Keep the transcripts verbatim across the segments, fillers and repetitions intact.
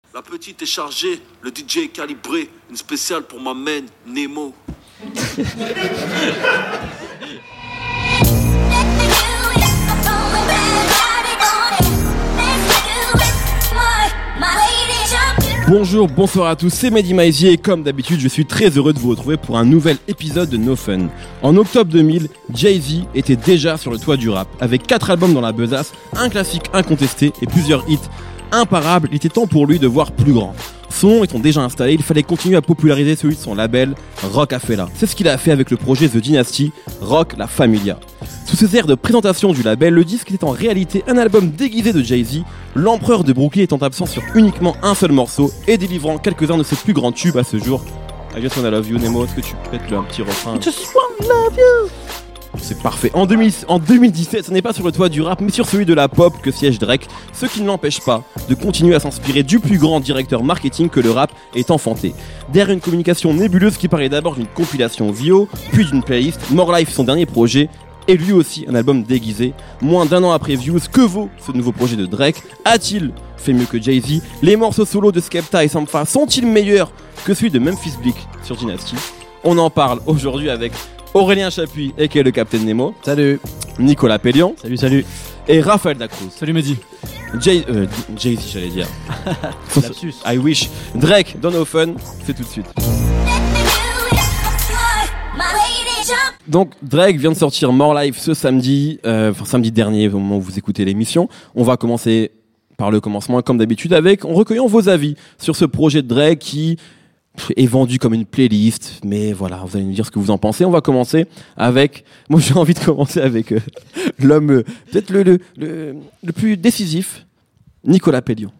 La petite est chargée, le D J est calibré, une spéciale pour ma main, Nemo. Bonjour, bonsoir à tous, c'est Mehdi Maizy et comme d'habitude, je suis très heureux de vous retrouver pour un nouvel épisode de No Fun. En octobre deux mille, Jay-Z était déjà sur le toit du rap. Avec quatre albums dans la besace, un classique incontesté et plusieurs hits imparables, il était temps pour lui de voir plus grand. Son nom étant déjà installé, il fallait continuer à populariser celui de son label, Roc-A-Fella. C'est ce qu'il a fait avec le projet The Dynasty, Roc La Familia. Sous ces airs de présentation du label, le disque était en réalité un album déguisé de Jay-Z, l'empereur de Brooklyn étant absent sur uniquement un seul morceau et délivrant quelques-uns de ses plus grands tubes à ce jour. I just wanna love you, Nemo, est-ce que tu peux mettre un petit refrain? I just wanna love you. C'est parfait. En, deux mille, en deux mille dix-sept, ce n'est pas sur le toit du rap, mais sur celui de la pop que siège Drake, ce qui ne l'empêche pas de continuer à s'inspirer du plus grand directeur marketing que le rap ait enfanté. Derrière une communication nébuleuse qui parlait d'abord d'une compilation V O, puis d'une playlist, More Life, son dernier projet, et lui aussi un album déguisé. Moins d'un an après Views, que vaut ce nouveau projet de Drake? A-t-il fait mieux que Jay-Z? Les morceaux solo de Skepta et Sampha sont-ils meilleurs que celui de Memphis Bleek sur Dynasty? On en parle aujourd'hui avec Aurélien Chapuis, aka le Captain Nemo. Salut. Nicolas Pellion. Salut, salut. Et Raphaël Dacruz. Salut Mehdi. Jay, euh, Jay-Z, j'allais dire. Lapsus. I wish. Drake, dans No Fun, c'est tout de suite. Donc Drake vient de sortir More Life ce samedi, euh, enfin samedi dernier au moment où vous écoutez l'émission. On va commencer par le commencement comme d'habitude avec, en recueillant vos avis sur ce projet de Drake qui est vendu comme une playlist, mais voilà, vous allez nous dire ce que vous en pensez. On va commencer avec, moi j'ai envie de commencer avec euh, l'homme euh, peut-être le, le, le, le plus décisif, Nicolas Pellion.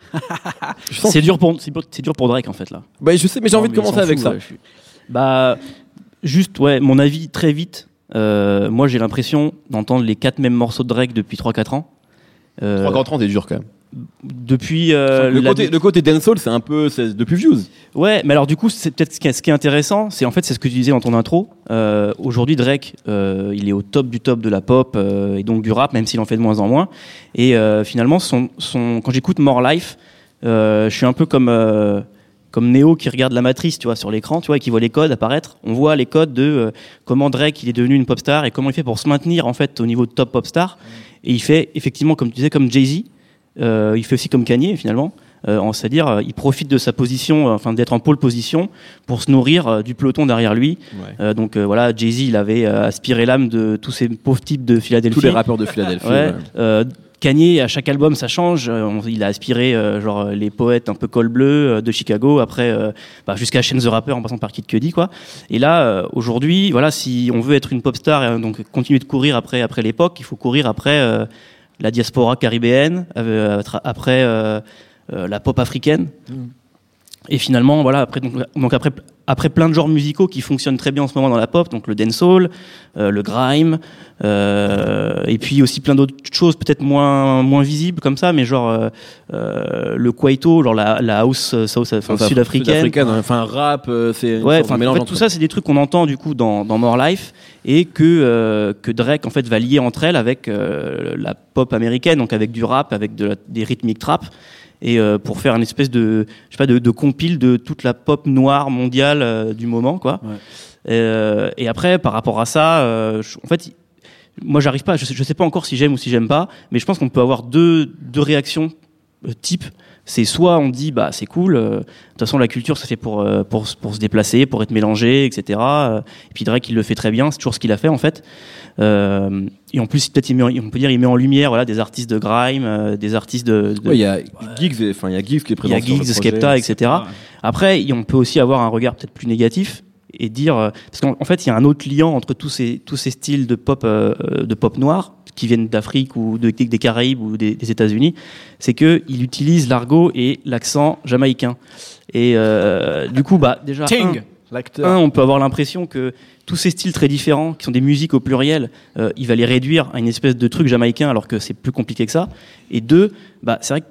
c'est dur pour c'est, c'est dur pour Drake en fait là. Bah je sais, mais j'ai non, envie mais de commencer avec fout, ça. Ouais, je suis... Bah juste ouais, mon avis très vite. Euh, moi j'ai l'impression d'entendre les quatre mêmes morceaux de Drake depuis trois quatre ans. Euh, trois quatre ans, t'es dur quand même. Depuis euh, le, la... côté, le côté dancehall, c'est un peu c'est depuis Views. Ouais, mais alors du coup, c'est peut-être ce qui est, ce qui est intéressant, c'est en fait c'est ce que tu disais dans ton intro. Euh, aujourd'hui, Drake, euh, il est au top du top de la pop euh, et donc du rap, même s'il en fait de moins en moins. Et euh, finalement, son, son, quand j'écoute More Life, euh, je suis un peu comme euh, comme Neo qui regarde la matrice, tu vois, sur l'écran, tu vois, et qui voit les codes apparaître. On voit les codes de euh, comment Drake il est devenu une pop star et comment il fait pour se maintenir en fait au niveau de top pop star. Et il fait effectivement, comme tu disais, comme Jay-Z. Euh, il fait aussi comme Kanye finalement, euh, c'est-à-dire euh, il profite de sa position, euh, enfin d'être en pole position pour se nourrir euh, du peloton derrière lui. Ouais. Euh, donc euh, voilà, Jay-Z il avait euh, aspiré l'âme de tous ces pauvres types de Philadelphie. Tous les rappeurs de Philadelphie. ouais. Ouais. Euh, Kanye à chaque album ça change. Euh, on, il a aspiré euh, genre les poètes un peu col bleu euh, de Chicago, après euh, bah, jusqu'à Chance the Rapper en passant par Kid Cudi quoi. Et là euh, aujourd'hui, voilà, si on veut être une pop star et euh, donc continuer de courir après après l'époque, il faut courir après. Euh, la diaspora caribéenne, euh, après euh, euh, la pop africaine. Mmh. Et finalement, voilà, après, donc, donc après, après plein de genres musicaux qui fonctionnent très bien en ce moment dans la pop, donc le dancehall, euh, le grime, euh, et puis aussi plein d'autres choses peut-être moins moins visibles comme ça, mais genre euh, euh, le kwaito, genre la, la house, house enfin, enfin, sud-africaine, sud-africaine, enfin rap, euh, c'est ouais, enfin en fait, tout ça c'est des trucs qu'on entend du coup dans, dans More Life et que euh, que Drake en fait va lier entre elles avec euh, la pop américaine, donc avec du rap, avec de la, des rythmiques trap. Et euh, pour faire une espèce de, je sais pas, de, de compile de toute la pop noire mondiale euh, du moment, quoi. Ouais. Euh, et après, par rapport à ça, euh, je, en fait, moi, j'arrive pas, je sais, je sais pas encore si j'aime ou si j'aime pas, mais je pense qu'on peut avoir deux, deux réactions euh, type. C'est soit on dit bah c'est cool, euh, de toute façon la culture ça fait pour euh, pour pour se déplacer, pour être mélangé, et cetera. Et puis Drake il le fait très bien, c'est toujours ce qu'il a fait en fait. Euh, et en plus peut-être il met, en, on peut dire il met en lumière voilà des artistes de grime, euh, des artistes de. de... Ouais, il y a Giggs, enfin il y a Giggs qui est présent. Il y a Giggs, Skepta, et cetera. Ouais. Après on peut aussi avoir un regard peut-être plus négatif et dire euh, parce qu'en en fait il y a un autre lien entre tous ces tous ces styles de pop euh, de pop noir qui viennent d'Afrique ou de, des Caraïbes ou des, des États-Unis, c'est que il utilise l'argot et l'accent jamaïcain. Et euh, du coup, bah déjà, Ting, un, un, on peut avoir l'impression que tous ces styles très différents, qui sont des musiques au pluriel, euh, il va les réduire à une espèce de truc jamaïcain, alors que c'est plus compliqué que ça. Et deux, bah c'est vrai que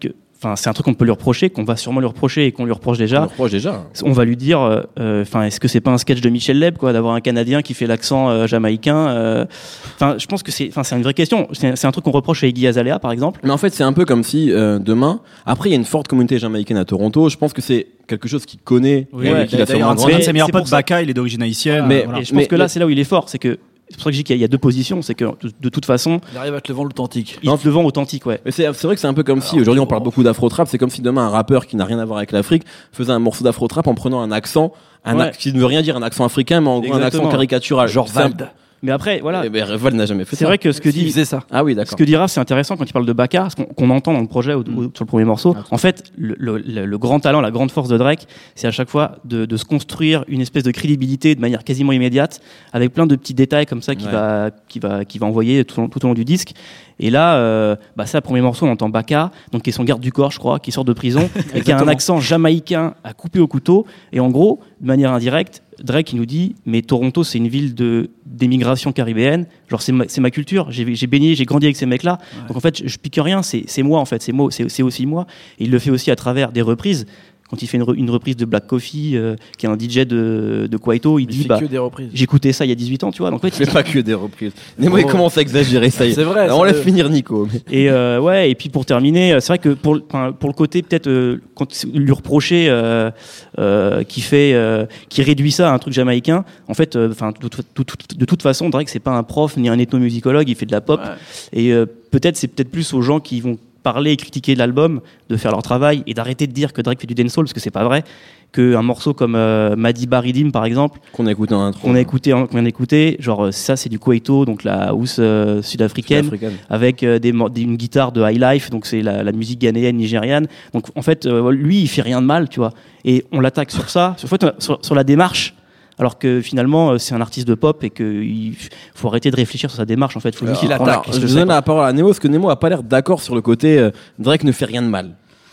enfin, c'est un truc qu'on peut lui reprocher, qu'on va sûrement lui reprocher et qu'on lui reproche déjà. On le reproche déjà. On va lui dire, enfin, euh, est-ce que c'est pas un sketch de Michel Leb, quoi, d'avoir un Canadien qui fait l'accent euh, jamaïcain. Enfin, euh, je pense que c'est, enfin, c'est une vraie question. C'est, c'est un truc qu'on reproche à Iggy Azalea, par exemple. Mais en fait, c'est un peu comme si euh, demain, après, il y a une forte communauté jamaïcaine à Toronto. Je pense que c'est quelque chose qu'il connaît, oui, et ouais, qu'il a sûrement un grandi. de ses meilleurs potes, ça. Baka, il est d'origine haïtienne. Mais, euh, voilà. Et je pense mais, que là, mais... c'est là où il est fort, c'est que c'est pour ça que je dis qu'il y a, il y a deux positions, c'est que de, de toute façon, il arrive à te le vendre authentique. Il te le vend authentique, ouais. Mais c'est, c'est vrai que c'est un peu comme Alors, si aujourd'hui on parle bon. beaucoup d'afro-trap, c'est comme si demain un rappeur qui n'a rien à voir avec l'Afrique faisait un morceau d'afro-trap en prenant un accent, un Ouais. ac- qui ne veut rien dire un accent africain, mais en gros un Exactement. accent caricatural. Genre C'est un- Vald. Mais après, voilà. Eh ben, Val n'a jamais fait C'est ça. vrai que ce que Il dit, faisait ça. Ah oui, ce d'accord. que dit Raph, c'est intéressant quand il parle de Baka, ce qu'on, qu'on entend dans le projet ou, ou sur le premier morceau. Ah, En fait, le, le, le, le grand talent, la grande force de Drake, c'est à chaque fois de, de se construire une espèce de crédibilité de manière quasiment immédiate, avec plein de petits détails comme ça qu'il Ouais. va, qu'il va, qu'il va envoyer tout, au long- tout au long du disque. Et là, euh, bah ça, premier morceau, on entend Baka, donc qui est son garde du corps, je crois, qui sort de prison et qui a un accent jamaïcain à couper au couteau. Et en gros, de manière indirecte, Drake il nous dit, mais Toronto c'est une ville de d'émigration caribéenne, genre c'est ma, c'est ma culture, j'ai, j'ai baigné, j'ai grandi avec ces mecs-là, ouais. Donc en fait je, je pique rien, c'est, c'est moi en fait, c'est, moi, c'est, c'est aussi moi. Et il le fait aussi à travers des reprises. Quand il fait une, re, une reprise de Black Coffee, euh, qui est un D J de, de Kwaito, il, il dit fait bah, que des reprises. J'écoutais ça il y a dix-huit ans, tu vois. Donc en fait, Il fait pas que des reprises. Nemo, il Oh. commence à exagérer, ça y est. C'est vrai. Alors, on laisse finir Nico. mais- Et euh, ouais, et puis pour terminer, c'est vrai que pour, pour le côté peut-être euh, quand lui reprocher euh, euh, qui fait, euh, qui réduit ça à un truc jamaïcain, en fait, enfin euh, de, de, de, de toute façon, Drake c'est pas un prof ni un ethnomusicologue, il fait de la pop. Ouais. Et euh, peut-être c'est peut-être plus aux gens qui vont parler et critiquer l'album de faire leur travail et d'arrêter de dire que Drake fait du dancehall parce que c'est pas vrai. Qu'un morceau comme euh, Madi Baridim par exemple, qu'on a écouté en intro, qu'on a écouté, qu'on vient d'écouter, genre ça c'est du Kwaito, donc la house euh, sud-africaine, sud-africaine, avec euh, des, des, une guitare de high life, donc c'est la, la musique ghanéenne, nigériane. Donc en fait, euh, lui il fait rien de mal, tu vois. Et on l'attaque sur ça, sur, sur, sur la démarche. Alors que finalement c'est un artiste de pop et qu'il faut arrêter de réfléchir sur sa démarche en fait. Faut alors, qu'il attaque. Je donne la parole à Nemo parce que Nemo a pas l'air d'accord sur le côté euh, Drake ne fait rien de mal.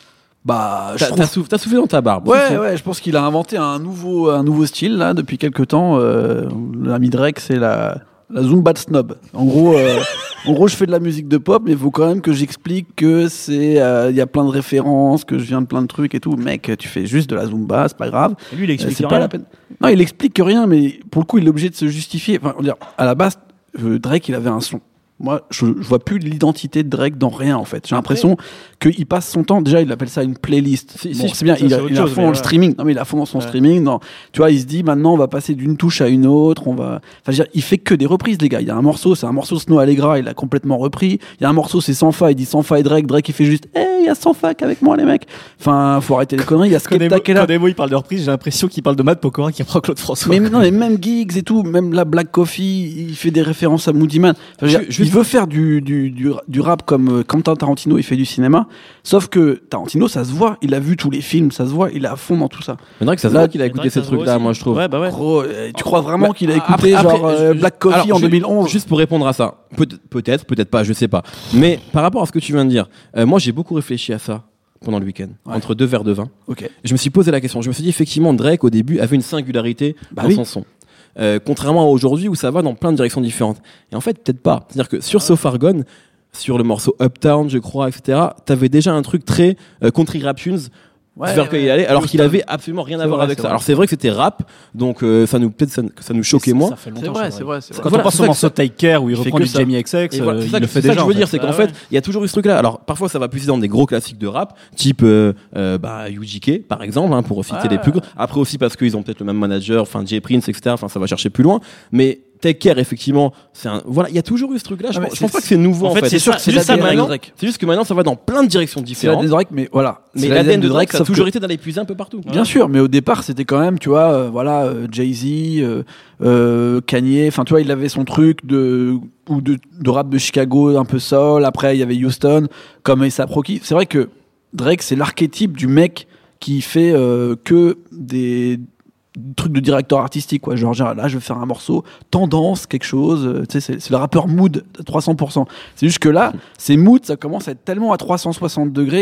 Bah, t'as, je trouve... t'as, soufflé, t'as soufflé dans ta barbe. Ouais, ouais, je pense qu'il a inventé un nouveau, un nouveau style là depuis quelques temps. Euh, l'ami Drake, c'est la, la Zumba de snob. En gros, euh, en gros, je fais de la musique de pop, mais il faut quand même que j'explique que c'est, il euh, y a plein de références, que je viens de plein de trucs et tout. Mec, tu fais juste de la Zumba, c'est pas grave. Et lui, il explique euh, c'est rien. Pas la peine. Non, il explique rien, mais pour le coup, il est obligé de se justifier. Enfin, on dire, à la base, euh, Drake, il avait un son. Moi, je, je vois plus l'identité de Drake dans rien, en fait. J'ai l'impression qu'il passe son temps. Déjà, il appelle ça une playlist. Si, bon, si, c'est bien, ça, il, c'est a, il a chose, fond dans ouais. le streaming. Non, mais il a fond dans son ouais. streaming. Non. Tu vois, il se dit, maintenant, on va passer d'une touche à une autre. On va. Enfin, je veux dire, il fait que des reprises, les gars. Il y a un morceau, c'est un morceau Snow Allegra, il a complètement repris. Il y a un morceau, c'est Sanfa, il dit Sanfa et Drake. Drake, il fait juste, hey, il y a Sanfa avec moi, les mecs. Enfin, faut arrêter les conneries. Il y a Skepta qui est là. Quand Nemo, il parle de reprise, j'ai l'impression qu'il parle de Matt Pokora qui reprend Claude François. Mais non, mais même Giggs et tout, même la Black Coffee, il fait des références à Moody Man. Enfin, je veux dire, Je- je- il veut faire du, du, du, du rap comme euh, Quentin Tarantino, il fait du cinéma. Sauf que Tarantino, ça se voit, il a vu tous les films, ça se voit, il est à fond dans tout ça. Mais Drake, ça se Là, voit qu'il a Drake, écouté ça ces se voit trucs-là, aussi. moi je trouve. Ouais, bah ouais. Gros, euh, tu crois vraiment Bah, qu'il a écouté après- après, genre euh, je- Black Coffee alors, en je- deux mille onze? Juste pour répondre à ça, Peut- peut-être, peut-être pas, je sais pas. Mais par rapport à ce que tu viens de dire, euh, moi j'ai beaucoup réfléchi à ça pendant le week-end, Ouais. entre deux verres de vin. Ok. Je me suis posé la question. Je me suis dit effectivement, Drake au début avait une singularité Bah dans oui. son son. Euh, contrairement à aujourd'hui où ça va dans plein de directions différentes. Et en fait, peut-être pas. C'est-à-dire que sur So Far Gone, sur le morceau Uptown, je crois, et cetera, t'avais déjà un truc très euh, country rap tunes. Ouais, vers lequel ouais. il allait, alors qu'il Houston. avait absolument rien à C'est voir vrai, avec c'est ça. vrai. Alors c'est vrai que c'était rap, donc euh, ça nous peut-être ça, ça nous choquait moins. Ça fait longtemps, C'est vrai, je c'est vrai, c'est vrai. Quand Voilà, on pense c'est au ça morceau que Take Care où il il fait reprend que du ça. Jamie X X, Et voilà, euh, c'est il ça, le que- fait c'est ça déjà. que je veux en dire, fait. c'est qu'en Ah fait, ouais. il y a toujours eu ce truc-là. Alors parfois ça va puiser dans des gros classiques de rap, type euh, euh, bah, U G K par exemple, hein, pour citer Ah. les plus gros. Après aussi parce qu'ils ont peut-être le même manager, enfin Jay Prince, et cetera. Enfin ça va chercher plus loin. Mais Take Care, effectivement, c'est un. Voilà, il y a toujours eu ce truc-là. Je, Ah, mais pense- je c'est- pense pas que c'est nouveau en, en fait, c'est sûr ça- que c'est juste ça l'A D N de maintenant. Drake. C'est juste que maintenant ça va dans plein de directions C'est la différentes. de Drake, mais voilà. Mais C'est l'A D N de Drake, Drake, ça a sauf toujours que- été d'aller puiser un peu partout. Bien sûr, mais au départ, c'était quand même, tu vois, euh, voilà, euh, Jay-Z, euh, euh, Kanye, enfin, tu vois, il avait son truc de, ou de, de rap de Chicago, un peu soul. Après, il y avait Houston, comme A$AP Rocky. C'est vrai que Drake, c'est l'archétype du mec qui fait euh, que des trucs de directeur artistique, quoi. Genre, genre, là, je vais faire un morceau, tendance, quelque chose. euh, Tu sais, c'est, c'est le rappeur mood à trois cents pour cent. C'est juste que là, ces moods, ça commence à être tellement à trois cent soixante degrés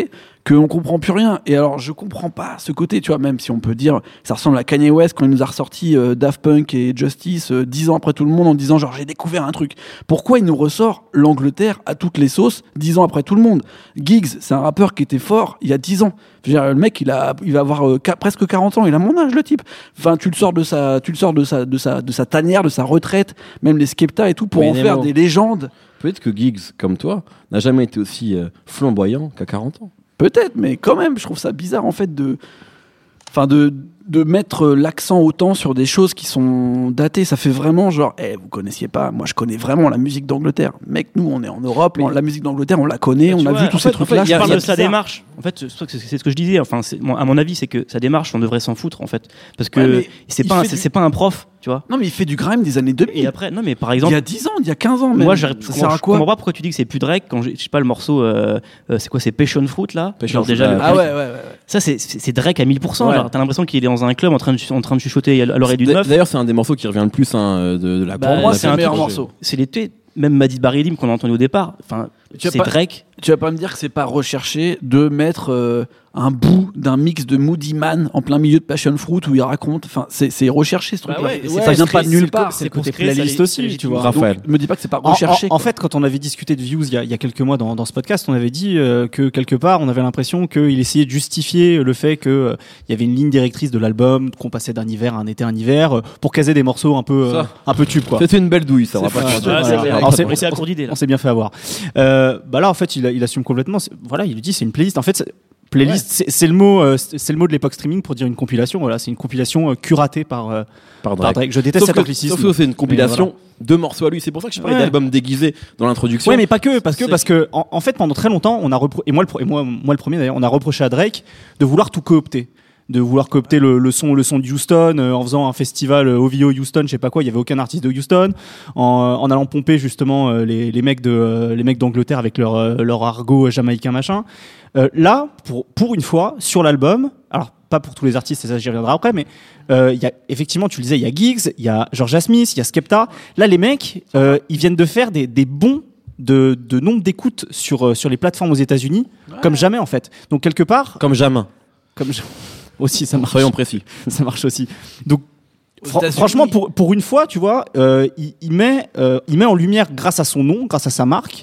qu'on comprend plus rien. Et alors, je comprends pas ce côté, tu vois, même si on peut dire, ça ressemble à Kanye West quand il nous a ressorti euh, Daft Punk et Justice euh, dix ans après tout le monde en disant genre j'ai découvert un truc. Pourquoi il nous ressort l'Angleterre à toutes les sauces dix ans après tout le monde? Giggs, c'est un rappeur qui était fort il y a dix ans. Je veux dire, le mec, il a, il va avoir euh, qu- presque quarante ans. Il a mon âge, le type. Enfin, tu le sors de sa, tu le sors de sa, de sa, de sa tanière, de sa retraite, même les Skepta et tout, pour Mais en Nemo. faire des légendes. Peut-être que Giggs, comme toi, n'a jamais été aussi euh, flamboyant qu'à quarante ans. Peut-être, mais quand même, je trouve ça bizarre en fait de, enfin de, de mettre l'accent autant sur des choses qui sont datées. Ça fait vraiment genre, eh, vous connaissiez pas. Moi, je connais vraiment la musique d'Angleterre. Mec, nous, on est en Europe, Mais- la musique d'Angleterre, on la connaît, Bah, on tu a vois, vu tous en ces fait- en trucs-là. fait, je je parle trouve de ça sa bizarre. démarche. En fait, c'est c'est- c'est ce que je disais. Enfin, c'est- moi, à mon avis, c'est que sa démarche, on devrait s'en foutre en fait, parce que Ouais, mais c'est il pas, un- fait c'est du- c'est pas un prof, tu vois. Non, mais il fait du grime des années deux mille. Et après, non, mais par Il exemple, y a dix ans, il y a quinze ans même. moi, je, ça je sert comprends- à je quoi? comprends pas pourquoi tu dis que c'est plus Drake quand j'ai- je sais pas le morceau. euh, euh, c'est quoi, c'est Passion Fruit là. Passion Genre, Fruit, déjà, là. le- Ah ouais, ouais, ouais. ouais. ça c'est c'est c'est Drake à mille pour cent. Ouais. Genre, t'as l'impression qu'il est dans un club en train de en train de chuchoter à l'oreille d'une meuf. D'ailleurs, c'est un des morceaux qui revient le plus hein, de, de la Bah, bande. moi, On a c'est fait le un meilleur truc- morceau. C'est l'été. Même Madi Baridim qu'on a entendu au départ. Enfin, Tu as c'est pas- Drake. Tu vas pas me dire que c'est pas recherché de mettre euh, un bout d'un mix de Moody Man en plein milieu de Passion Fruit où il raconte. Enfin, c'est c'est recherché ce Bah truc-là. ouais, Et ouais, ça vient c'est- pas de c'est nulle le co- part. c'est C'est le pour côté créer sa playlist lé- aussi, sa tu légitimité. vois. Raphaël. Donc, me dis pas que c'est pas En, recherché. en- en quoi. fait, quand on avait discuté de Views il y a, il y a quelques mois dans, dans ce podcast, on avait dit euh, que quelque part, on avait l'impression qu'il essayait de justifier le fait qu'il euh, y avait une ligne directrice de l'album, qu'on passait d'un hiver à un été à un hiver, euh, pour caser des morceaux un peu, euh, Ça. un peu tubes, quoi. C'était une belle douille, ça. On va pas Ouais, se mentir. ouais, Ah, voilà. c'est clair. Alors, c'est- On s'est à court d'idées là. On s'est bien fait avoir. Euh, bah là, en fait, il, il assume complètement. c'est- Voilà, il dit c'est une playlist. En fait, c'est- playlist, c'est, c'est le mot, euh, c'est c'est le mot de l'époque streaming pour dire une compilation. Voilà, c'est une compilation euh, curatée par, euh, Par par Drake. Drake. Je déteste Sauf cet que, anglicisme. sauf que c'est une compilation voilà. de morceaux à lui. C'est pour ça que je parlais Ouais. d'album déguisé dans l'introduction. Ouais, mais pas que, parce que, C'est- parce que, en, en fait, pendant très longtemps, on a repro- et moi, le, pro- et moi, moi, le premier d'ailleurs, on a reproché à Drake de vouloir tout coopter. De vouloir coopter le, le son, le son de Houston, euh, en faisant un festival euh, O V O Houston, je sais pas quoi, il y avait aucun artiste de Houston, en, euh, en allant pomper justement euh, les, les mecs de, euh, les mecs d'Angleterre avec leur, euh, leur argot jamaïcain machin. Euh, là, pour, pour une fois, sur l'album, alors pas pour tous les artistes, et ça j'y reviendrai après, mais euh, il y a effectivement, tu le disais, il y a Giggs, il y a Georgia Smith, il y a Skepta. Là, les mecs, euh, ils viennent de faire des, des bons de, de nombre d'écoutes sur, euh, sur les plateformes aux États-Unis, comme jamais en fait. Donc quelque part, Comme jamais. comme je- aussi ça marche, Soyons précis. ça marche aussi. Donc Aux fran- États-Unis. franchement, pour, pour une fois, tu vois, euh, il, il met, euh, il met en lumière grâce à son nom, grâce à sa marque.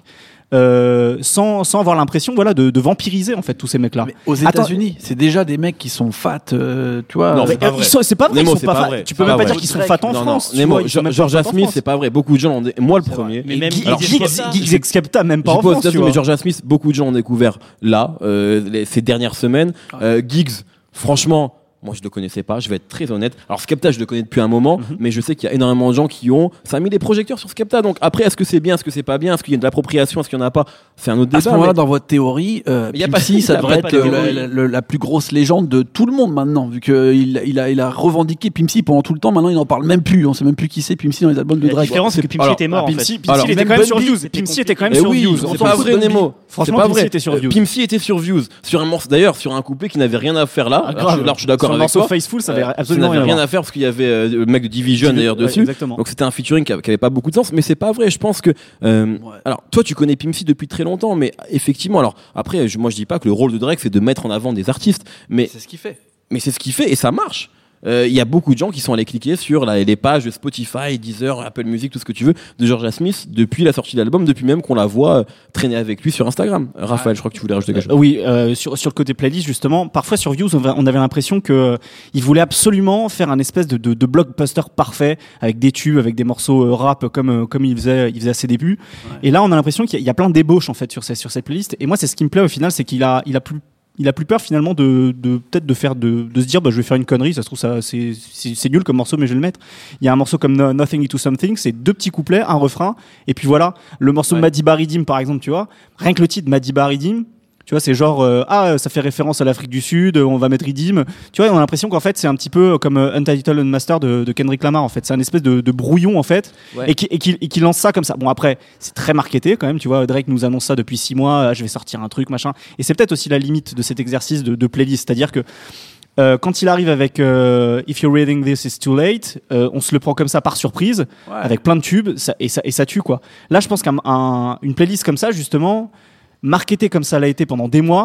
Euh, sans, sans avoir l'impression voilà, de, de vampiriser en fait tous ces mecs-là. Mais aux Attends. États-Unis, c'est déjà des mecs qui sont fat, euh, tu vois. Non, Mais, c'est pas euh, vrai. ils sont- c'est pas vrai, Nemo, ils sont c'est pas pas fat. vrai. Tu peux C'est même pas pas vrai. dire qu'ils sont fat en Non, France. non, tu vois, Nemo, ils sont même pas Georgia fat en Smith, France. c'est pas vrai. Beaucoup de gens l'ont. dé- Moi, le C'est vrai. premier. Mais même Giggs, Alors, Giggs, Giggs, Skepta. Giggs et Skepta, même pas Je en pose France, tu mais vois. Georgia Smith, beaucoup de gens ont découvert là, euh, les- ces dernières semaines. Euh, Giggs, franchement, moi je le connaissais pas, je vais être très honnête. Alors Skepta, je le connais depuis un moment, Mhm. mais je sais qu'il y a énormément de gens qui ont. Ça a mis des projecteurs sur Skepta. Donc après, est-ce que c'est bien, est-ce que c'est pas bien, est-ce qu'il y a de l'appropriation, est-ce qu'il y en a pas? C'est un autre À ce débat. moment-là, mais- dans votre théorie, euh, Il y a Pimp pas- C, il y ça a devrait pas être de euh, théorie. la, la- la plus grosse légende de tout le monde maintenant, vu qu'il il a, il a revendiqué Pimp C pendant tout le temps. Maintenant, il n'en parle même plus. On sait même plus qui c'est Pimp C dans les albums de La Drake. différence, c'est que Pimp C Alors, était mort en Pimp fait. C, Pimp C, Alors, il était même quand même Bun sur B, Views. c'était Pimp C était quand même Eh sur oui, Views. c'est On pas s'en fout vrai, de Bun B. Nemo. Franchement, C'est pas Pimp C vrai. était sur Euh, Views. Pimp C était sur Views, sur un morceau. D'ailleurs, sur un couplet qui n'avait rien à faire là. Ah, Alors, grave. je- là, je suis d'accord Sur le avec morceau toi. Faceful, ça avait Euh, absolument n'avait rien à rien voir. à faire parce qu'il y avait euh, le mec de Division d'ailleurs Ouais, dessus. exactement. Donc c'était un featuring qui avait pas beaucoup de sens, mais c'est pas vrai. Je pense que. euh, Ouais. Alors toi, tu connais Pimp C depuis très longtemps, mais effectivement, alors après, je- moi je dis pas que le rôle de Drake c'est de mettre en avant des artistes, mais C'est ce qu'il fait. mais c'est ce qu'il fait et ça marche. Euh, Il y a beaucoup de gens qui sont allés cliquer sur la- les pages Spotify, Deezer, Apple Music, tout ce que tu veux, de Georgia Smith depuis la sortie de l'album, depuis même qu'on la voit euh, traîner avec lui sur Instagram. Euh, Raphaël, je crois que tu voulais rajouter quelque chose. Euh, Oui, euh, sur, sur le côté playlist, justement, parfois sur Views, on va- on avait l'impression que euh, il voulait absolument faire un espèce de, de, de blockbuster parfait, avec des tubes, avec des morceaux euh, rap, comme, euh, comme il, faisait, il faisait à ses débuts. Et là, on a l'impression qu'il y a, il y a plein d'ébauches, en fait, sur, ces, sur cette playlist. Et moi, c'est ce qui me plaît au final, c'est qu'il a, il a plus. Il a plus peur finalement de, de peut-être de faire de, de se dire bah je vais faire une connerie, ça se trouve ça c'est, c'est, c'est nul comme morceau mais je vais le mettre. Il y a un morceau comme No- Nothing Into Something, c'est deux petits couplets, un refrain et puis voilà, le morceau Ouais. Madi Baridim par exemple, tu vois, rien que le titre Madi Baridim, tu vois, c'est genre euh, ah ça fait référence à l'Afrique du Sud, on va mettre Ridim. Tu vois, on a l'impression qu'en fait c'est un petit peu comme euh, Untitled Unmastered de, de Kendrick Lamar en fait, c'est un espèce de, de brouillon en fait Ouais. et qui et qui et qui lance ça comme ça. Bon après, c'est très marketé quand même, tu vois, Drake nous annonce ça depuis six mois, ah, je vais sortir un truc machin et c'est peut-être aussi la limite de cet exercice de, de playlist, c'est-à-dire que euh, quand il arrive avec euh, If You're Reading This It's Too Late, euh, on se le prend comme ça par surprise, Ouais. avec plein de tubes, ça, et, ça, et ça tue quoi. Là, je pense qu'une playlist comme ça, justement, marketée comme ça l'a été pendant des mois,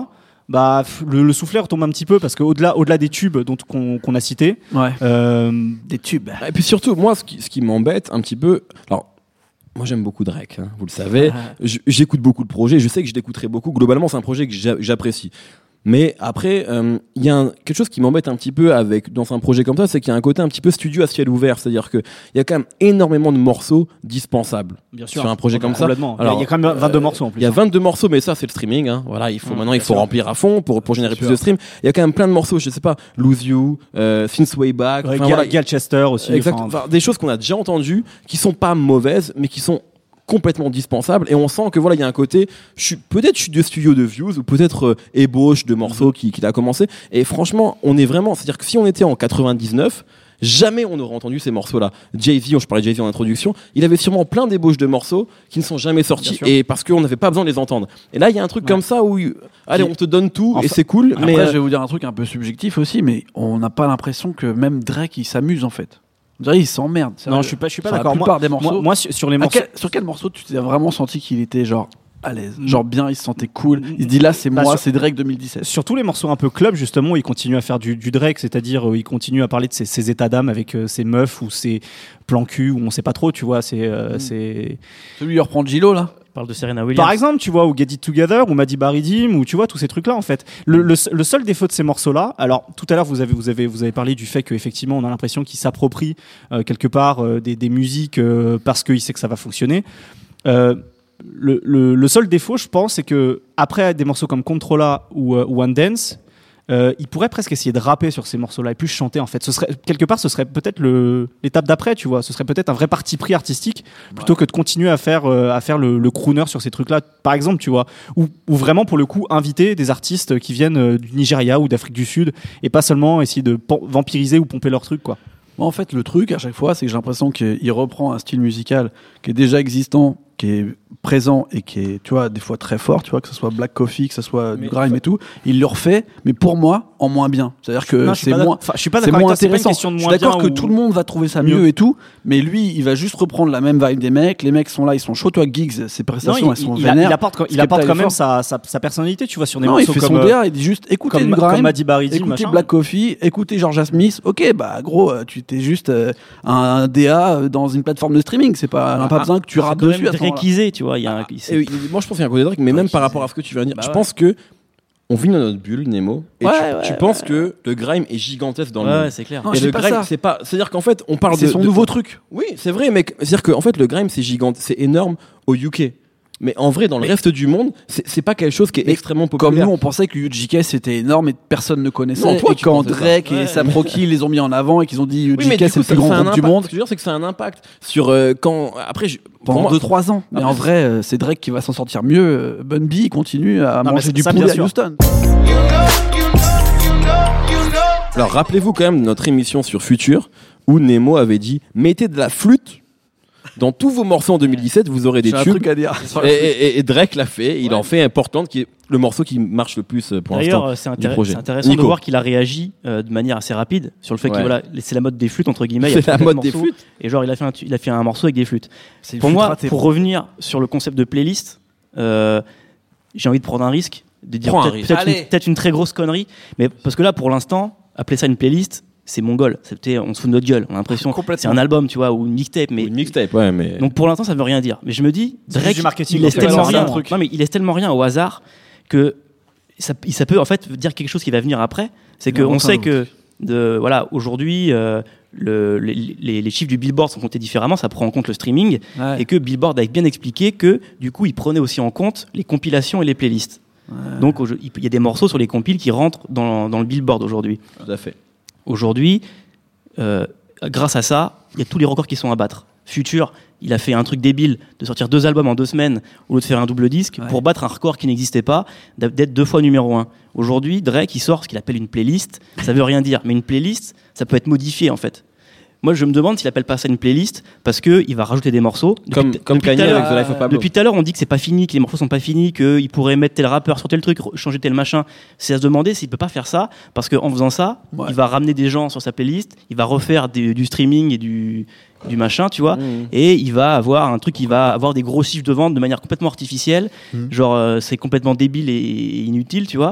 bah le, le soufflet retombe un petit peu parce qu'au-delà au-delà des tubes dont qu'on, qu'on a cités, Ouais. euh, Des tubes. Et puis surtout, moi, ce qui, ce qui m'embête un petit peu, alors. Moi j'aime beaucoup Drake, hein, vous le savez. J- J'écoute beaucoup de projets, je sais que je l'écouterai beaucoup. Globalement, c'est un projet que j'a- j'apprécie. Mais après, il euh, y a un, quelque chose qui m'embête un petit peu avec dans un projet comme ça, c'est qu'il y a un côté un petit peu studio à ciel ouvert, c'est-à-dire que il y a quand même énormément de morceaux dispensables bien sûr, sur un projet comme ça. complètement. Alors, il y a quand même vingt-deux euh, morceaux en plus. Il y a hein. vingt-deux morceaux, mais ça c'est le streaming. Hein. Voilà, il faut Mmh, maintenant il bien faut sûr. remplir à fond pour pour générer Bien plus de sûr. streams. Il y a quand même plein de morceaux, je sais pas, Lose You, euh, Since Way Back, Ouais, enfin, Gal, voilà, Gal Chester aussi. exact, enfin, enfin, des choses qu'on a déjà entendues, qui sont pas mauvaises, mais qui sont complètement dispensables, et on sent que voilà, il y a un côté, je suis peut-être je suis de studio de views ou peut-être euh, ébauche de morceaux qui qui a commencé, et franchement, on est vraiment, c'est-à-dire que si on était en quatre-vingt-dix-neuf, jamais on aurait entendu ces morceaux-là. Jay-Z, je parlais de Jay-Z en introduction, il avait sûrement plein d'ébauches de morceaux qui ne sont jamais sortis, Bien sûr. et parce qu'on n'avait pas besoin de les entendre. Et là, il y a un truc Ouais. comme ça où, allez, Qui- on te donne tout, Enfin, et c'est cool, Après, mais euh, je vais vous dire un truc un peu subjectif aussi, mais on n'a pas l'impression que même Drake il s'amuse en fait. On dirait il s'emmerde. non, je suis pas, je suis pas Sur d'accord. La plupart Moi, des morceaux. moi, moi, sur sur les À morceaux, quel- sur quel morceau tu t'es vraiment senti qu'il était genre à l'aise, Mm. genre bien, il se sentait cool. Il se dit là c'est Bah, moi, sur- c'est Drake deux mille dix-sept. sur tous les morceaux un peu club justement, il continue à faire du, du Drake, c'est-à-dire euh, il continue à parler de ses, ses états d'âme avec euh, ses meufs ou ses plans cul, ou on sait pas trop, tu vois. C'est, euh, Mm. c'est... Celui il reprend Gilo là. On parle de Serena Williams. Par exemple, tu vois, ou Get It Together, ou Madi Baridim, ou tu vois tous ces trucs-là en fait. Le, le, le seul défaut de ces morceaux-là, alors tout à l'heure vous avez vous avez vous avez parlé du fait qu'effectivement on a l'impression qu'il s'approprie euh, quelque part euh, des, des musiques euh, parce qu'il sait que ça va fonctionner. Euh, le, le, le seul défaut, je pense, c'est que après des morceaux comme Controlla ou, euh, ou One Dance, euh, il pourrait presque essayer de rapper sur ces morceaux-là et plus chanter en fait. Ce serait quelque part, ce serait peut-être le, l'étape d'après, tu vois. Ce serait peut-être un vrai parti pris artistique plutôt que de continuer à faire euh, à faire le, le crooner sur ces trucs-là, par exemple, tu vois. Ou, ou vraiment pour le coup inviter des artistes qui viennent euh, du Nigeria ou d'Afrique du Sud et pas seulement essayer de pom- vampiriser ou pomper leurs trucs, quoi. Moi, en fait, le truc à chaque fois, c'est que j'ai l'impression qu'il reprend un style musical qui est déjà existant, qui est présent et qui est, tu vois, des fois très fort, tu vois, que ce soit Black Coffee, que ce soit Mais du grime et tout. Il le refait, mais pour moi, en moins bien. C'est-à-dire que Non, je suis c'est pas moins. d'accord. Enfin, je suis pas C'est d'accord avec moins toi, c'est pas une intéressant. question de Je suis moins d'accord bien que ou- tout le monde va trouver ça mieux. mieux et tout, mais lui, il va juste reprendre la même vibe des mecs. Les mecs sont là, ils sont chauds. Toi, Giggs, ses Non, prestations, il, elles sont il, il, vénères. il apporte, il Skepta, apporte il quand est même fort. sa, sa, sa personnalité, tu vois, sur des Non, il morceaux fait comme, son euh, D A, il dit juste écoutez comme, du comme grime, Madi Baridim, écoutez machin. Black Coffee, écoutez Georgia Smith. Ok, bah gros, euh, tu t'es juste euh, un D A dans une plateforme de streaming. C'est pas, on n'a pas Ah, besoin que tu C'est rappes quand dessus même à ce moment-là. Drakeisé, tu vois. Il y a un- Et oui, moi je pense qu'il y a un côté Drake, mais même par rapport à ce que tu viens de dire, Bah je ouais. pense que on vit dans notre bulle, Nemo, et Ouais, tu, ouais, tu ouais, penses que le grime est gigantesque dans le Ouais, monde. ouais, c'est clair. Non, Et je le dis pas grime, ça. c'est pas, c'est-à-dire qu'en fait, on parle C'est de son de- nouveau truc. Oui, c'est vrai, mec. C'est-à-dire qu'en fait, le grime c'est gigant, c'est énorme au U K. Mais en vrai, dans le Mais- reste du monde, c'est c'est pas quelque chose qui est Mais extrêmement Comme populaire. nous, on pensait que U G K c'était énorme et personne ne connaissait. Non, toi, et tu quand pensais ça. Drake et Ouais. Sam Rocky les ont mis en avant et qu'ils ont dit Oui, U G mais K du c'est coup, le plus ça- grand ça a un groupe du impact. monde Ce que je veux dire, c'est que ça a un impact sur euh, quand. Après, je- pour pendant moi- deux trois ans. Mais Après, en vrai, euh, c'est Drake qui va s'en sortir mieux. Euh, Bun B il continue à Non, mais manger ça, du ça, poulet bien à sûr. Houston. Alors, rappelez-vous quand même de notre émission sur Future où Nemo avait dit mettez de la flûte dans tous vos morceaux en deux mille dix-sept, vous aurez des J'ai un tubes. truc à dire. Et, et- et Drake l'a fait, il en fait un Portland qui est le morceau qui marche le plus euh, pour D'ailleurs, l'instant. euh, c'est du intér- projet. c'est intéressant Nico. de voir qu'il a réagi euh, de manière assez rapide sur le fait Ouais. que voilà, c'est la mode des flûtes entre guillemets. il y a C'est la trente-quatre mode des morceaux, flûtes. Et genre, il a fait un, tu- il a fait un morceau avec des flûtes. C'est une Pour flûte moi, ratée. pour revenir sur le concept de playlist, euh, j'ai envie de prendre un risque, de dire Prends un peut-être, risque. peut-être, une, Allez. peut-être une très grosse connerie, mais parce que là, pour l'instant, appeler ça une playlist, c'est mongol. C'était, on se fout de notre gueule. On a l'impression que Complètement. c'est un album, tu vois, ou une mixtape, mais Ou une mixtape, ouais, mais. donc pour l'instant, ça veut rien dire. Mais je me dis, C'est juste Drake, du marketing, il laisse donc, tellement ouais, rien. c'est un truc. Non, mais il laisse tellement rien au hasard que ça, ça peut en fait dire quelque chose qui va venir après. C'est Il qu'on invente un sait autre. que de, voilà, aujourd'hui, euh, le, les, les- les chiffres du Billboard sont comptés différemment. Ça prend en compte le streaming Ouais. et que Billboard a bien expliqué que du coup, il prenait aussi en compte les compilations et les playlists. Donc au- il y a des morceaux sur les compiles qui rentrent dans, dans le Billboard aujourd'hui. Tout à fait. Aujourd'hui, euh, grâce à ça, il y a tous les records qui sont à battre. Future, il a fait un truc débile de sortir deux albums en deux semaines au lieu de faire un double disque Ouais. pour battre un record qui n'existait pas, d'être deux fois numéro un. Aujourd'hui, Drake, il sort ce qu'il appelle une playlist. Ça veut rien dire, mais une playlist, ça peut être modifié en fait. Moi, je me demande s'il appelle pas ça une playlist parce que il va rajouter des morceaux. Depuis Comme, t- comme depuis tout Kanye à l'heure- avec The Life of Pablo. depuis tout à l'heure, on dit que c'est pas fini, que les morceaux sont pas finis, qu'il pourrait mettre tel rappeur sur tel truc, re- changer tel machin. C'est à se demander s'il peut pas faire ça, parce qu'en faisant ça, Ouais. il va ramener des gens sur sa playlist, il va refaire des- du streaming et du, du machin, tu vois, Mmh. et il va avoir un truc qui va avoir des gros chiffres de vente de manière complètement artificielle, Mhm. genre euh, c'est complètement débile et, et inutile, tu vois.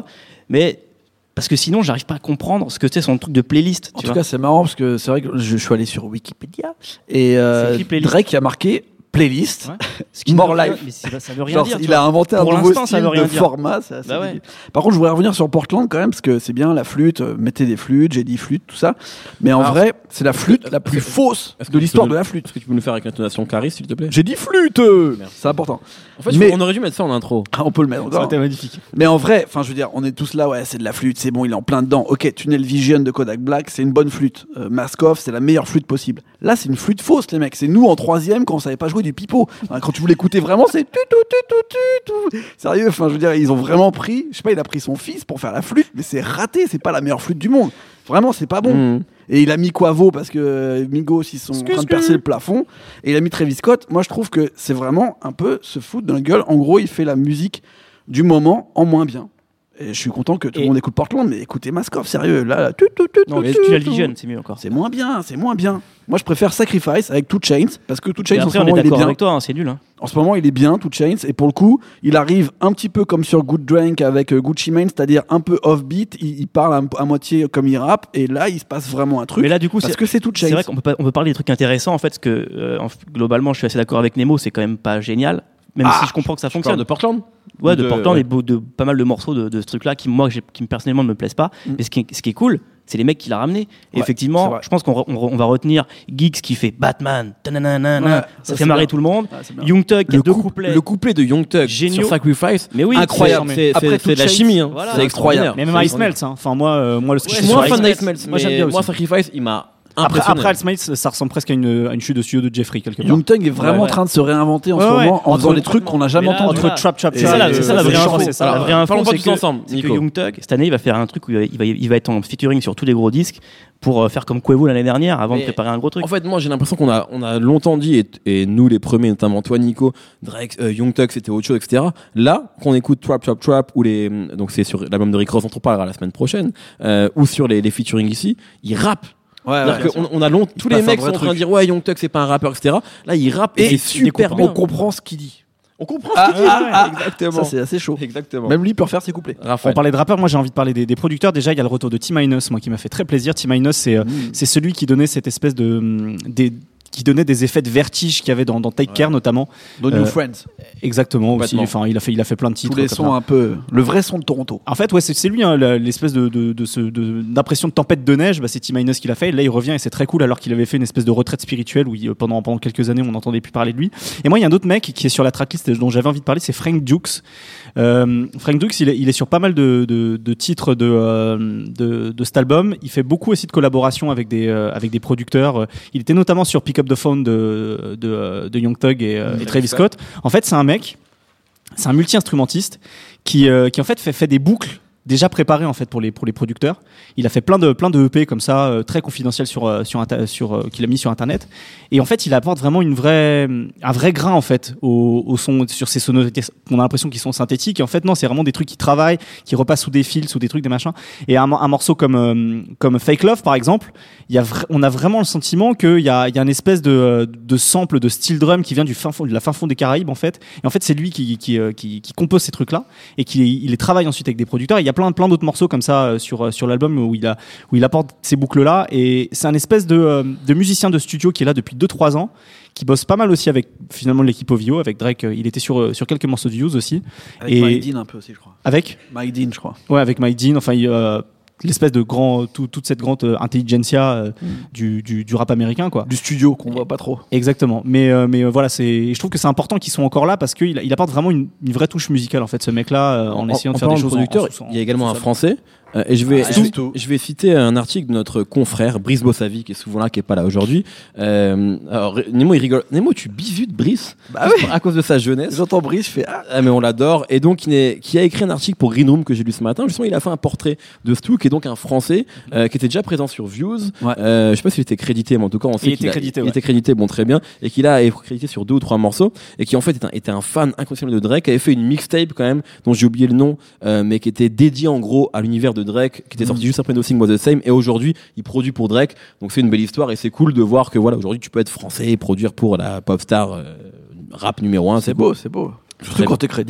mais parce que sinon, j'arrive pas à comprendre ce que c'est son truc de playlist. En tu tout vois. cas, c'est marrant parce que c'est vrai que je, je suis allé sur Wikipédia et euh, C'est écrit playlist. Drake a marqué playlist. Ouais. Ce qui More ne veut rien- life. mais ça, ça veut rien Genre, dire. tu il vois. a inventé un Pour nouveau l'instant, ça style veut rien de dire. format. C'est assez Bah ouais. débile. Par contre, je voudrais revenir sur Portland quand même parce que c'est bien la flûte, euh, mettez des flûtes, j'ai dit flûte, tout ça. Mais en Alors, vrai, c'est la flûte la plus est-ce que- fausse est-ce que de tu l'histoire peux de nous- la flûte. Est-ce que tu peux nous faire avec l'intonation Caris, s'il te plaît? J'ai dit flûte. euh, C'est important. En fait, Mais- on aurait dû mettre ça en intro. Ah, on peut le mettre Ça encore. aurait été magnifique. Mais en vrai, enfin, je veux dire, on est tous là, ouais, c'est de la flûte, c'est bon, il est en plein dedans. Ok, Tunnel Vision de Kodak Black, c'est une bonne flûte. Euh, Mask Off, c'est la meilleure flûte possible. Là, c'est une flûte fausse, les mecs. C'est nous en troisième quand on savait pas jouer du pipeau. Enfin, quand tu voulais écouter vraiment, c'est tu tu tu tu tu tu. Sérieux, enfin, je veux dire, ils ont vraiment pris, je sais pas, il a pris son fils pour faire la flûte, mais c'est raté, c'est pas la meilleure flûte du monde. Vraiment, c'est pas bon. Mmh. Et il a mis Quavo parce que euh, Migos ils sont en train de percer le plafond. Et il a mis Travis Scott. Moi je trouve que c'est vraiment un peu se foutre de la gueule. En gros, il fait la musique du moment en moins bien. Et je suis content que tout le Et- monde écoute Portland, mais écoutez Maskov, sérieux. Là, là, tu, tu, tu, Non, mais tu, Tunnel tu. Vision, c'est mieux encore. C'est moins bien, c'est moins bien. Moi je préfère Sacrifice avec Two Chainz parce que Two Et Chainz en après, ce on est moment il est d'accord bien. avec toi, hein, c'est nul. Hein. En ce moment, il est bien, Two Chainz, et pour le coup, il arrive un petit peu comme sur Good Drink avec euh, Gucci Mane, c'est-à-dire un peu off-beat, il, il parle à, à moitié comme il rappe, et là, il se passe vraiment un truc. Mais là, du coup, parce c'est que c'est Two c'est Chainz. vrai qu'on peut, pas- on peut parler des trucs intéressants en fait, parce que euh, en- globalement, je suis assez d'accord avec Nemo, c'est quand même pas génial. Même Ah, si je comprends que ça Tu parles fonctionne. de Portland? Ouais, de, de- Portland ouais. et beau- de pas mal de morceaux de, de ce truc-là qui, moi, j'ai- qui me, personnellement ne me plaisent pas. Mm. Mais ce qui, est, ce qui est cool, c'est les mecs qui l'a ramené. Et Ouais, c'est effectivement, vrai. je pense qu'on re- on re- on va retenir Geeks qui fait Batman, tananana, Ouais, ça, ça, fait c'est marrer bien. tout le monde. Ah, c'est bien. Young Thug qui a Le, deux coup- couplets. le couplet de Young Thug Géniaux. sur Sacrifice, Mais oui, incroyable. c'est- C'est après c'est- Two c'est de la Chainz, chimie, hein. voilà, c'est extraordinaire. Même C'est Ice Melts, hein. Enfin, moi, euh, moi, le Je je suis suis moins Ice fan Melts. d'Ice Melts, Moi, j'aime mais bien moi aussi. Sacrifice, il m'a Après, impressionné. après Ice Melts, ça ressemble presque à une, à une chute de studio de Jeffrey, quelque part. Young Thug est vraiment Ouais, en ouais. train de se réinventer en Ouais, ce ouais. moment en Entre- faisant des trucs qu'on n'a jamais Mais là, entendus. Entre voilà. Trap Trap Et C'est ça, la- et, c'est ça la euh, vraie le info. chanson. C'est ça la Alors, vraie info. parlons pas c'est tous que- ensemble, c'est que Nico. Young Thug, cette année, il va faire un truc où il va, il va être en featuring sur tous les gros disques pour euh, faire comme Quavo l'année dernière avant Mais de préparer un gros truc. En fait, moi, j'ai l'impression qu'on a, on a longtemps dit, et, et nous les premiers, notamment toi, Nico, Drake, euh, Young Thug, c'était autre chose, et cetera. Là, qu'on écoute Trap, Trap, Trap, ou les, donc c'est sur l'album de Rick Ross, dont on parlera la semaine prochaine, euh, ou sur les, les featuring ici, il rappe. Ouais, C'est-à-dire ouais. qu'on on a long, tous les passe un mecs vrai sont en train de truc. dire, ouais, Young Thug, c'est pas un rappeur, et cetera. Là, il rappe, et, Et c'est super on bien. comprend ce qu'il dit. On comprend Ah, ce qu'il dit. ah, ah, Exactement. Ça, c'est assez chaud. Exactement. Même lui peut refaire ses couplets. On Raphaël. parlait de rappeurs, moi j'ai envie de parler des, des producteurs. Déjà, il y a le retour de T-Minus, moi qui m'a fait très plaisir. T-Minus, c'est euh, Mmh. c'est celui qui donnait cette espèce de hum, des qui donnait des effets de vertige qu'il y avait dans, dans Take Care notamment. Dans Euh, New Friends. Exactement aussi. Complètement. Enfin, il a fait il a fait plein de titres. Tous les comme sons ça. un peu. Le vrai son de Toronto. En fait, ouais, c'est c'est lui hein, la- l'espèce de de, de, ce- de- d'impression de tempête de neige. Bah, c'est T-Minus qui l'a fait. Et là, il revient et c'est très cool alors qu'il avait fait une espèce de retraite spirituelle où il- pendant pendant quelques années on n'entendait plus parler de lui. Et moi, il y a un autre mec qui est sur la tracklist dont j'avais envie de parler, c'est Frank Dukes. Euh, Frank Dukes, il est, il est sur pas mal de, de, de titres de, euh, de, de cet album. Il fait beaucoup aussi de collaborations avec des, euh, avec des producteurs. Il était notamment sur Pick Up the Phone de, de, de Young Thug et, euh, et Travis Scott. En fait, c'est un mec, c'est un multi-instrumentiste qui, euh, qui en fait fait, fait des boucles déjà préparées en fait pour les pour les producteurs. Il a fait plein de plein de E P comme ça euh, très confidentiels sur euh, sur inter- sur euh, qu'il a mis sur internet et en fait il apporte vraiment une vraie un vrai grain en fait au, au son sur ces sonorités qu'on a l'impression qu'ils sont synthétiques et en fait non c'est vraiment des trucs qui travaillent qui repassent sous des fils sous des trucs des machins et un, un morceau comme euh, comme Fake Love par exemple il y a vra- on a vraiment le sentiment qu'il y a il y a une espèce de de sample de steel drum qui vient du fin fond de la fin fond des Caraïbes en fait et en fait c'est lui qui qui, euh, qui qui compose ces trucs là et qui il les travaille ensuite avec des producteurs et il y a plein plein d'autres morceaux comme ça euh, sur euh, sur l'album où il a où il apporte ces boucles là et c'est un espèce de euh, de musicien de studio qui est là depuis deux trois ans qui bosse pas mal aussi avec finalement l'équipe O V O avec Drake euh, il était sur euh, sur quelques morceaux de Views aussi Avec et Mike Dean un peu aussi, je crois. avec Mike Dean, je crois. ouais avec Mike Dean enfin il, euh, l'espèce de grand tout, toute cette grande euh, intelligentsia euh, du, du du rap américain quoi Du studio qu'on voit pas trop. exactement mais euh, mais euh, voilà c'est je trouve que c'est important qu'ils sont encore là parce qu'il il apporte vraiment une, une vraie touche musicale en fait ce mec là en, essayant de faire des parlant choses producteurs, en, en sous- il y a également en un sous-sol. français. Euh, et je vais, Ah, je, vais, surtout. je vais citer un article de notre confrère Brice Bossavi qui est souvent là, qui est pas là aujourd'hui. Euh, alors Nemo il rigole. Nemo tu bisutes Brice Bah juste à cause de sa jeunesse. J'entends Brice, je fais ah. Ah, mais on l'adore. Et donc, il est, qui a écrit un article pour Green Room que j'ai lu ce matin. Justement, il a fait un portrait de Stu, qui est donc un Français, euh, qui était déjà présent sur Views. Ouais. Euh, je sais pas s'il était crédité, mais en tout cas, on sait Il qu'il était a- crédité, il ouais. était crédité, bon, très bien. Et qu'il a été crédité sur deux ou trois morceaux. Et qui, en fait, était un, était un fan inconditionnel de Drake, qui avait fait une mixtape, quand même, dont j'ai oublié le nom, euh, mais qui était dédié, en gros, à l'univers de Drake, qui était sorti juste après Nothing Was the Same. Et aujourd'hui, il produit pour Drake. Donc, c'est une belle histoire. Et c'est cool de voir que, voilà, aujourd'hui, tu peux être français et produire pour la pop star, euh, rap numéro un. C'est beau, c'est beau. Très Surtout quand bien. t'es crédité.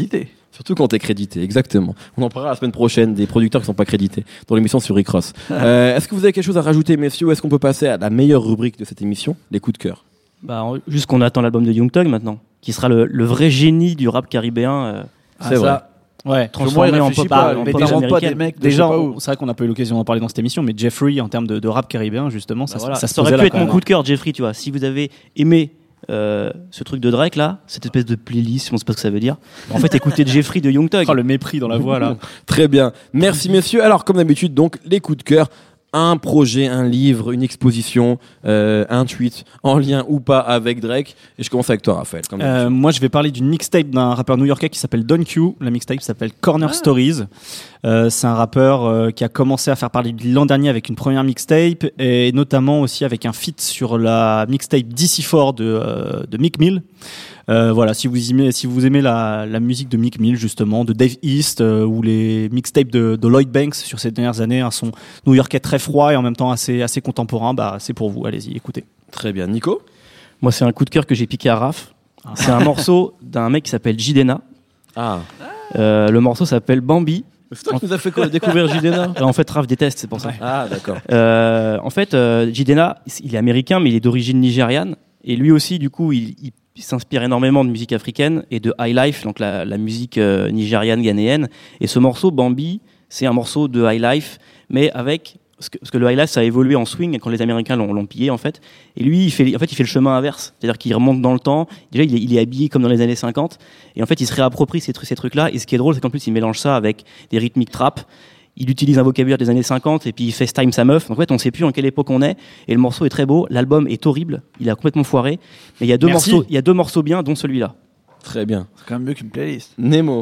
Surtout quand t'es crédité, exactement. On en parlera la semaine prochaine des producteurs qui sont pas crédités dans l'émission sur Rick Ross. Euh, est-ce que vous avez quelque chose à rajouter, messieurs, ou est-ce qu'on peut passer à la meilleure rubrique de cette émission, les coups de cœur? Bah, juste qu'on attend l'album de Young Thug maintenant, qui sera le, le vrai génie du rap caribéen. Euh, c'est vrai. Ça, Ouais, transformé en pop, pas, en mais pop déjà, pas américaine. des mecs de déjà, je sais pas où. on- c'est vrai qu'on n'a pas eu l'occasion d'en parler dans cette émission, mais Jeffrey, en termes de, de rap caribéen, justement, ça, Bah voilà. ça, se Ça aurait posait pu là, être quand mon même. coup de cœur, Jeffrey, tu vois. Si vous avez aimé euh, ce truc de Drake là, cette espèce de playlist, on ne sait pas ce que ça veut dire. En fait, écoutez Jeffrey de Young Thug. Oh, le mépris dans la voix, là. Très bien. Merci, messieurs. Alors, comme d'habitude, donc, les coups de cœur. Un projet, un livre, une exposition, euh, un tweet en lien ou pas avec Drake. Et je commence avec toi, Raphaël. Comme Euh, d'habitude. moi, je vais parler d'une mixtape d'un rappeur new-yorkais qui s'appelle Don Q. La mixtape s'appelle Corner Stories. Euh, c'est un rappeur euh, qui a commencé à faire parler de lui l'an dernier avec une première mixtape et notamment aussi avec un feat sur la mixtape D C quatre de, euh, de Meek Mill. Euh, voilà, si vous aimez, si vous aimez la, la musique de Meek Mill justement, de Dave East euh, ou les mixtapes de, de Lloyd Banks sur ces dernières années, un son new-yorkais très froid et en même temps assez assez contemporain, bah c'est pour vous. Allez-y, écoutez. Très bien. Nico? Moi, c'est un coup de cœur que j'ai piqué à Raph. C'est un morceau d'un mec qui s'appelle Jidena. Ah. Euh, le morceau s'appelle Bambi. C'est toi qui nous as fait quoi, découvrir Jidena? Euh, en fait, Raph déteste, c'est pour ça. Ah, d'accord. Euh, en fait, euh, Jidena, il est américain, mais il est d'origine nigériane. Et lui aussi, du coup, il, il, il s'inspire énormément de musique africaine et de high life, donc la, la musique euh, nigériane, ghanéenne. Et ce morceau, Bambi, c'est un morceau de high life, mais avec... Parce que, parce que le high life, ça a évolué en swing quand les Américains l'ont, l'ont pillé, en fait. Et lui, il fait, en fait, il fait le chemin inverse. C'est-à-dire qu'il remonte dans le temps. Déjà, il est, il est habillé comme dans les années cinquante. Et en fait, il se réapproprie ces, trucs, ces trucs-là. Et ce qui est drôle, c'est qu'en plus, il mélange ça avec des rythmiques trap. Il utilise un vocabulaire des années cinquante et puis il FaceTime sa meuf. Donc en fait, on sait plus en quelle époque on est. Et le morceau est très beau. L'album est horrible. Il a complètement foiré. Mais il y a deux Merci. morceaux, il y a deux morceaux bien, dont celui-là. Très bien. C'est quand même mieux qu'une playlist. Nemo.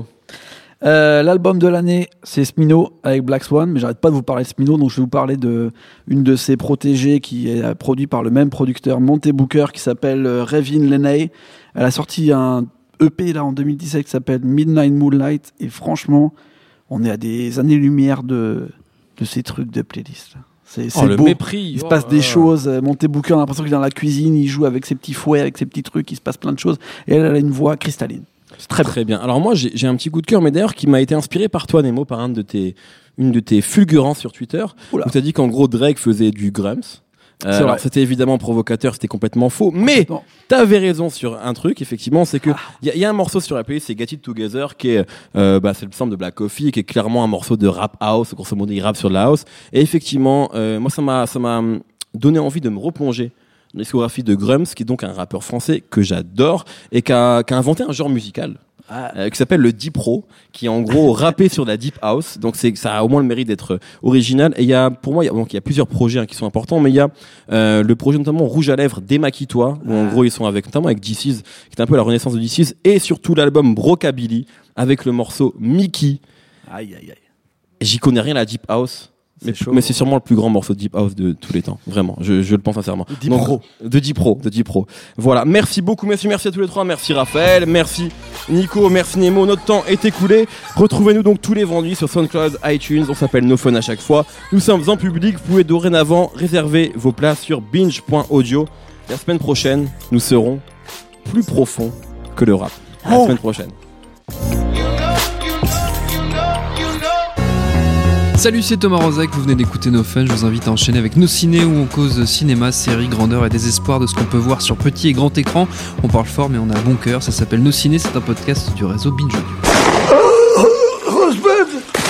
Euh, L'album de l'année, c'est Smino avec Black Swan, mais j'arrête pas de vous parler de Smino, donc je vais vous parler de une de ses protégées qui est produite par le même producteur, Monte Booker, qui s'appelle euh, Ravin Lenay. Elle a sorti un E P là en deux mille dix-sept qui s'appelle Midnight Moonlight, et franchement, on est à des années-lumière de de ces trucs de playlist. Là. C'est, c'est Oh, le beau. mépris. Il se Oh passe là des là. choses. euh, Monte Booker, on a l'impression qu'il est dans la cuisine, il joue avec ses petits fouets, avec ses petits trucs, il se passe plein de choses. Et elle, elle a une voix cristalline. C'est très Très bien. Alors moi, j'ai, j'ai un petit coup de cœur, mais d'ailleurs qui m'a été inspiré par toi, Nemo, par un de tes, une de tes fulgurances sur Twitter, Oula. où tu as dit qu'en gros Drake faisait du grums. Euh, C'est alors, vrai. c'était évidemment provocateur, c'était complètement faux, mais Non. t'avais raison sur un truc, effectivement, c'est que il y, a- y a un morceau sur la playlist, c'est Get It Together, qui est, euh, bah, c'est le sample de Black Coffee, qui est clairement un morceau de rap house, grosso modo, il rappe sur de la house. Et effectivement, euh, moi, ça m'a, ça m'a donné envie de me replonger dans la discographie de Grums, qui est donc un rappeur français que j'adore et qui a, qui a inventé un genre musical. Ah. Euh, qui s'appelle le Deep Pro, qui est en gros rappé sur la Deep House. Donc c'est, ça a au moins le mérite d'être original. Et il y a, pour moi, il y a, donc il y a plusieurs projets hein, qui sont importants, mais il y a euh, le projet notamment Rouge à lèvres, Démaquille-toi, où en gros ils sont avec notamment avec D C, qui est un peu la renaissance de D C, et surtout l'album Brocabilly avec le morceau Mickey. Aïe, aïe, aïe. J'y connais rien à la Deep House. Mais, C'est chaud. mais c'est sûrement le plus grand morceau de Deep House de tous les temps, vraiment. Je, je le pense sincèrement. De Deep Donc, Pro. De Deep Pro, de Deep Pro. Voilà. Merci beaucoup, merci, merci à tous les trois. Merci Raphaël, merci Nico, merci Nemo. Notre temps est écoulé. Retrouvez-nous donc tous les vendredis sur SoundCloud, iTunes. On s'appelle No Fun à chaque fois. Nous sommes en public. Vous pouvez dorénavant réserver vos places sur binge point audio. La semaine prochaine, nous serons plus profonds que le rap. À la Oh. semaine prochaine. Salut, c'est Thomas Rozek, vous venez d'écouter No Fun, je vous invite à enchaîner avec Nos Ciné où on cause cinéma, séries, grandeur et désespoir de ce qu'on peut voir sur petit et grand écran. On parle fort mais on a bon cœur, ça s'appelle Nos Ciné, c'est un podcast du réseau Binge Audio. Rosebud